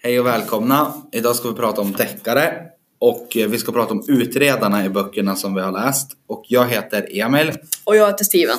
Hej och välkomna. Idag ska vi prata om deckare och vi ska prata om utredarna i böckerna som vi har läst. Och jag heter Emil. Och jag heter Steven.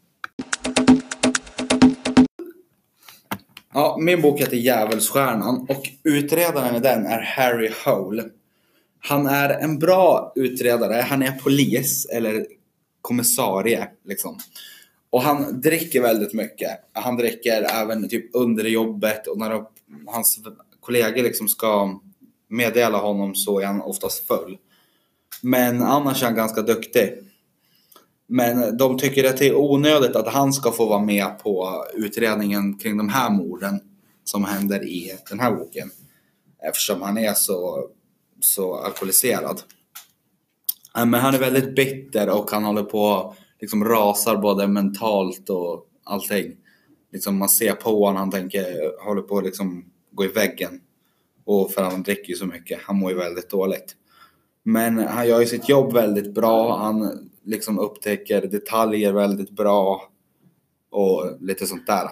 Ja, min bok heter Djävulsstjärnan och utredaren i den är Harry Hole. Han är en bra utredare. Han är polis eller kommissarie liksom. Och han dricker väldigt mycket. Han dricker även typ under jobbet och när hans kollegor liksom ska meddela honom så är han oftast full. Men annars är han ganska duktig. Men de tycker att det är onödigt att han ska få vara med på utredningen kring de här morden som händer i den här boken. Eftersom han är så alkoholiserad. Men han är väldigt bitter och han håller på liksom rasar både mentalt och allting. Liksom man ser på honom, han håller på att liksom gå i väggen. Och för han dricker ju så mycket, han mår ju väldigt dåligt. Men han gör ju sitt jobb väldigt bra, han liksom upptäcker detaljer väldigt bra och lite sånt där.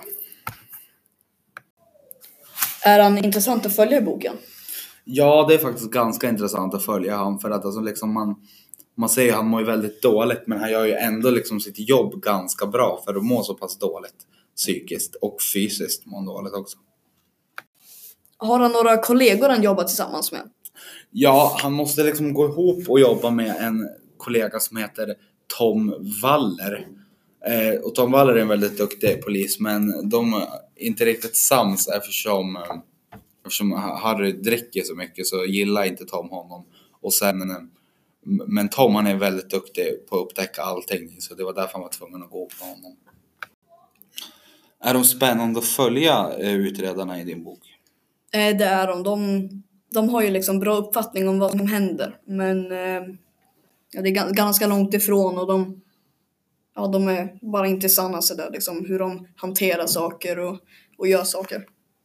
Är han intressant att följa i boken? Ja, det är faktiskt ganska intressant att följa han för att alltså liksom man säger att han mår ju väldigt dåligt men han gör ju ändå liksom sitt jobb ganska bra för att må så pass dåligt psykiskt och fysiskt mår dåligt också. Har han några kollegor han jobbar tillsammans med? Ja, han måste liksom gå ihop och jobba med en kollega som heter Tom Waller. Och Tom Waller är en väldigt duktig polis men de är inte riktigt sams eftersom Harry dricker så mycket så gillar inte Tom honom. Och sen, men Tom han är väldigt duktig på att upptäcka allting så det var därför han var tvungen att gå på honom. Är de spännande att följa utredarna i din bok? Det är de har ju liksom bra uppfattning om vad som händer. Men det är ganska långt ifrån och de är bara inte sanna så där, liksom, hur de hanterar saker och gör saker.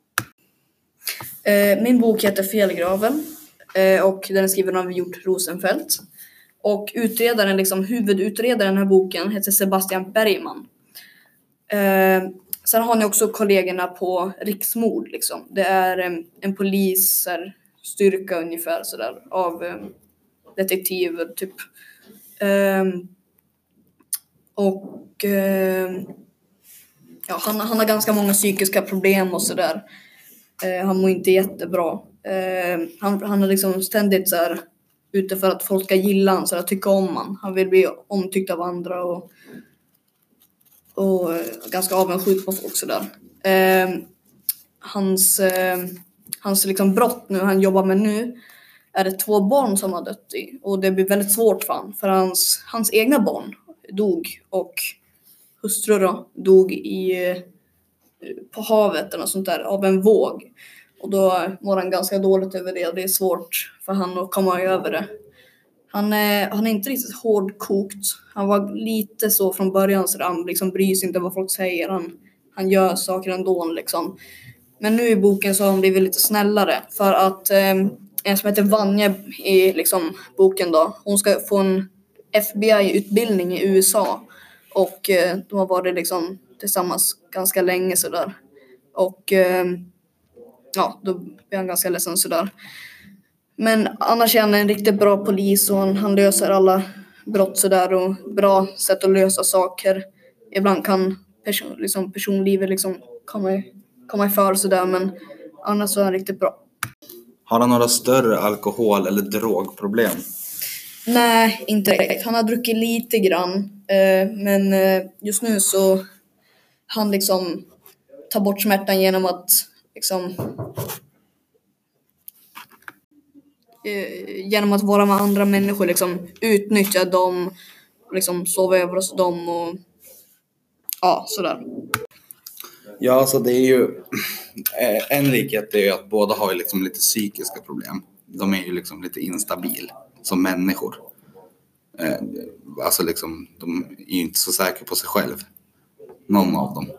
Min bok heter Felgraven och den är skriven av Hjort Rosenfeldt. Och utredaren, liksom huvudutredaren i den här boken heter Sebastian Bergman. Sen har ni också kollegorna på riksmord liksom. Det är en polisstyrka ungefär sådär av detektiver typ. Han har ganska många psykiska problem och sådär. Han mår inte jättebra. Han är liksom ständigt så här ute för att folk ska gilla han, så att tycka om han. Han vill bli omtyckt av andra och ganska avundsjuk på folk sådär. Hans liksom brott nu han jobbar med nu är det 2 barn som har dött i. Och det blir väldigt svårt för hans egna barn dog och hustru då dog på havet eller sånt där av en våg. Och då mår han ganska dåligt över det. Det är svårt för han att komma över det. Han är inte riktigt hårdkokt. Han var lite så från början så han liksom bryr sig inte vad folk säger. Han gör saker ändå liksom. Men nu i boken så har han blivit lite snällare. För att en som heter Vanja i liksom boken då. Hon ska få en FBI-utbildning i USA. Och de har varit liksom tillsammans ganska länge sådär. Och då blir han ganska ledsen sådär. Men annars är han en riktigt bra polis och han löser alla brott sådär och bra sätt att lösa saker. Ibland kan personlivet liksom komma iför sådär men annars är han riktigt bra. Har han några större alkohol- eller drogproblem? Nej, inte riktigt. Han har druckit lite grann men just nu så han liksom tar bort smärtan genom att liksom genom att vara med andra människor liksom utnyttja dem liksom sova över hos dem och sådär. Ja, alltså det är ju en likhet är ju att båda har ju liksom lite psykiska problem. De är ju liksom lite instabil som människor. Alltså liksom de är ju inte så säkra på sig själv. Någon av dem.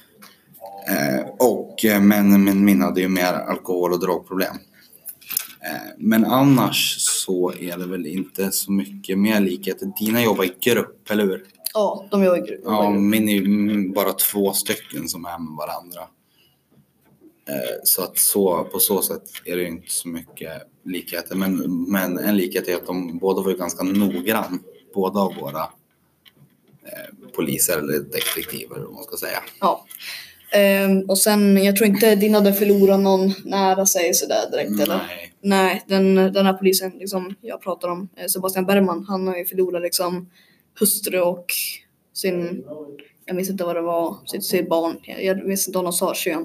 Men min hade ju mer alkohol- och drogproblem. Men annars så är det väl inte så mycket mer likheter. Dina jobbar i grupp, eller hur? Ja, de jobbar i grupp. Ja, min är ju bara 2 stycken som är med varandra. Så att på så sätt är det ju inte så mycket likheter. Men en likhet är att de båda var ju ganska noggrann. Båda av våra poliser eller detektiver, om man ska säga. Ja. Och sen, jag tror inte din hade förlorat någon nära sig sådär direkt, eller? Nej, den här polisen liksom, jag pratar om, Sebastian Bergman, han har ju förlorat liksom hustru och sin, jag minns inte vad det var, sitt barn, jag minns inte om de sa kön.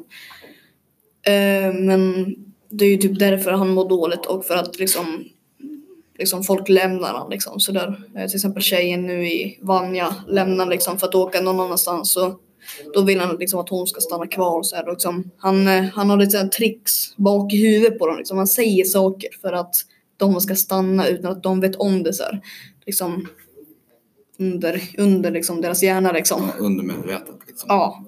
Men det är ju typ därför han mår dåligt, och för att liksom folk lämnar han liksom sådär. Till exempel tjejen nu i Vanja lämnar liksom för att åka någon annanstans, så då vill han liksom att hon ska stanna kvar så här, liksom. Han har lite sådär tricks bak i huvudet på dem liksom. Han säger saker för att de ska stanna utan att de vet om det så här. Liksom under liksom deras hjärna liksom. Ja, undermedvetet liksom. Ja.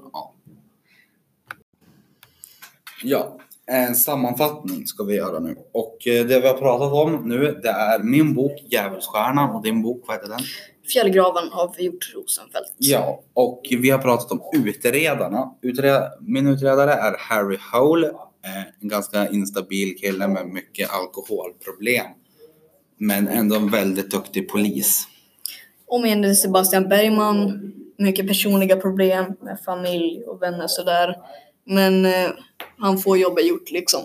Ja, en sammanfattning ska vi göra nu. Och det vi har pratat om nu, det är min bok Djävulsstjärnan, och din bok, vad heter den? Fjällgraven av Hjort Rosenfeldt. Ja, och vi har pratat om utredarna. Min utredare är Harry Hole, en ganska instabil kille med mycket alkoholproblem. Men ändå en väldigt duktig polis. Och min Sebastian Bergman, mycket personliga problem med familj och vänner sådär. Men han får jobba gjort liksom.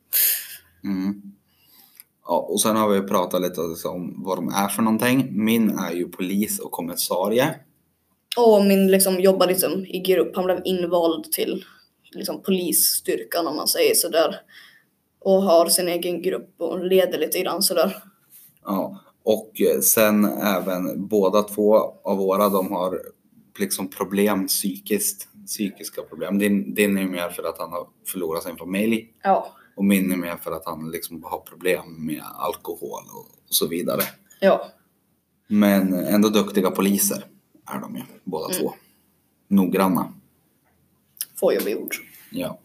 Ja, och sen har vi pratat lite om vad de är för någonting. Min är ju polis och kommissarie. Och min liksom jobbar liksom i grupp. Han blev invald till liksom polisstyrkan, om man säger sådär. Och har sin egen grupp och leder lite grann sådär. Ja, och sen även båda två av våra, de har liksom problem psykiska problem. Din är mer för att han har förlorat sin familj. Ja. Och min är mer för att han liksom har problem med alkohol och så vidare. Ja. Men ändå duktiga poliser är de ju, båda två. Noggranna. Får jobba gjort. Ja.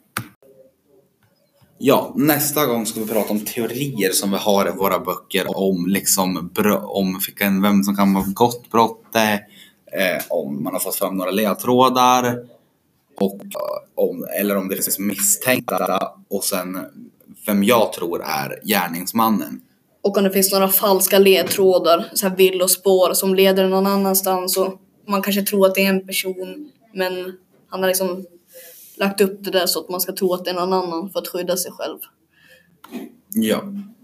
Ja, nästa gång ska vi prata om teorier som vi har i våra böcker. Om liksom vem som kan ha begått brottet. Om man har fått fram några ledtrådar. Och eller om det finns misstänkta. Och sen vem jag tror är gärningsmannen. Och om det finns några falska ledtrådar, så här villospår som leder någon annanstans, och man kanske tror att det är en person, men han har liksom lagt upp det där så att man ska tro att det är någon annan för att skydda sig själv. Ja.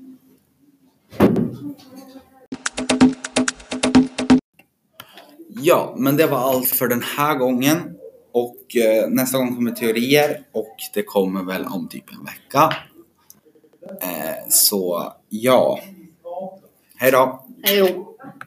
Ja, men det var allt för den här gången. Och nästa gång kommer teorier, och det kommer väl om typ en vecka. Så ja. Hej då. Hej då.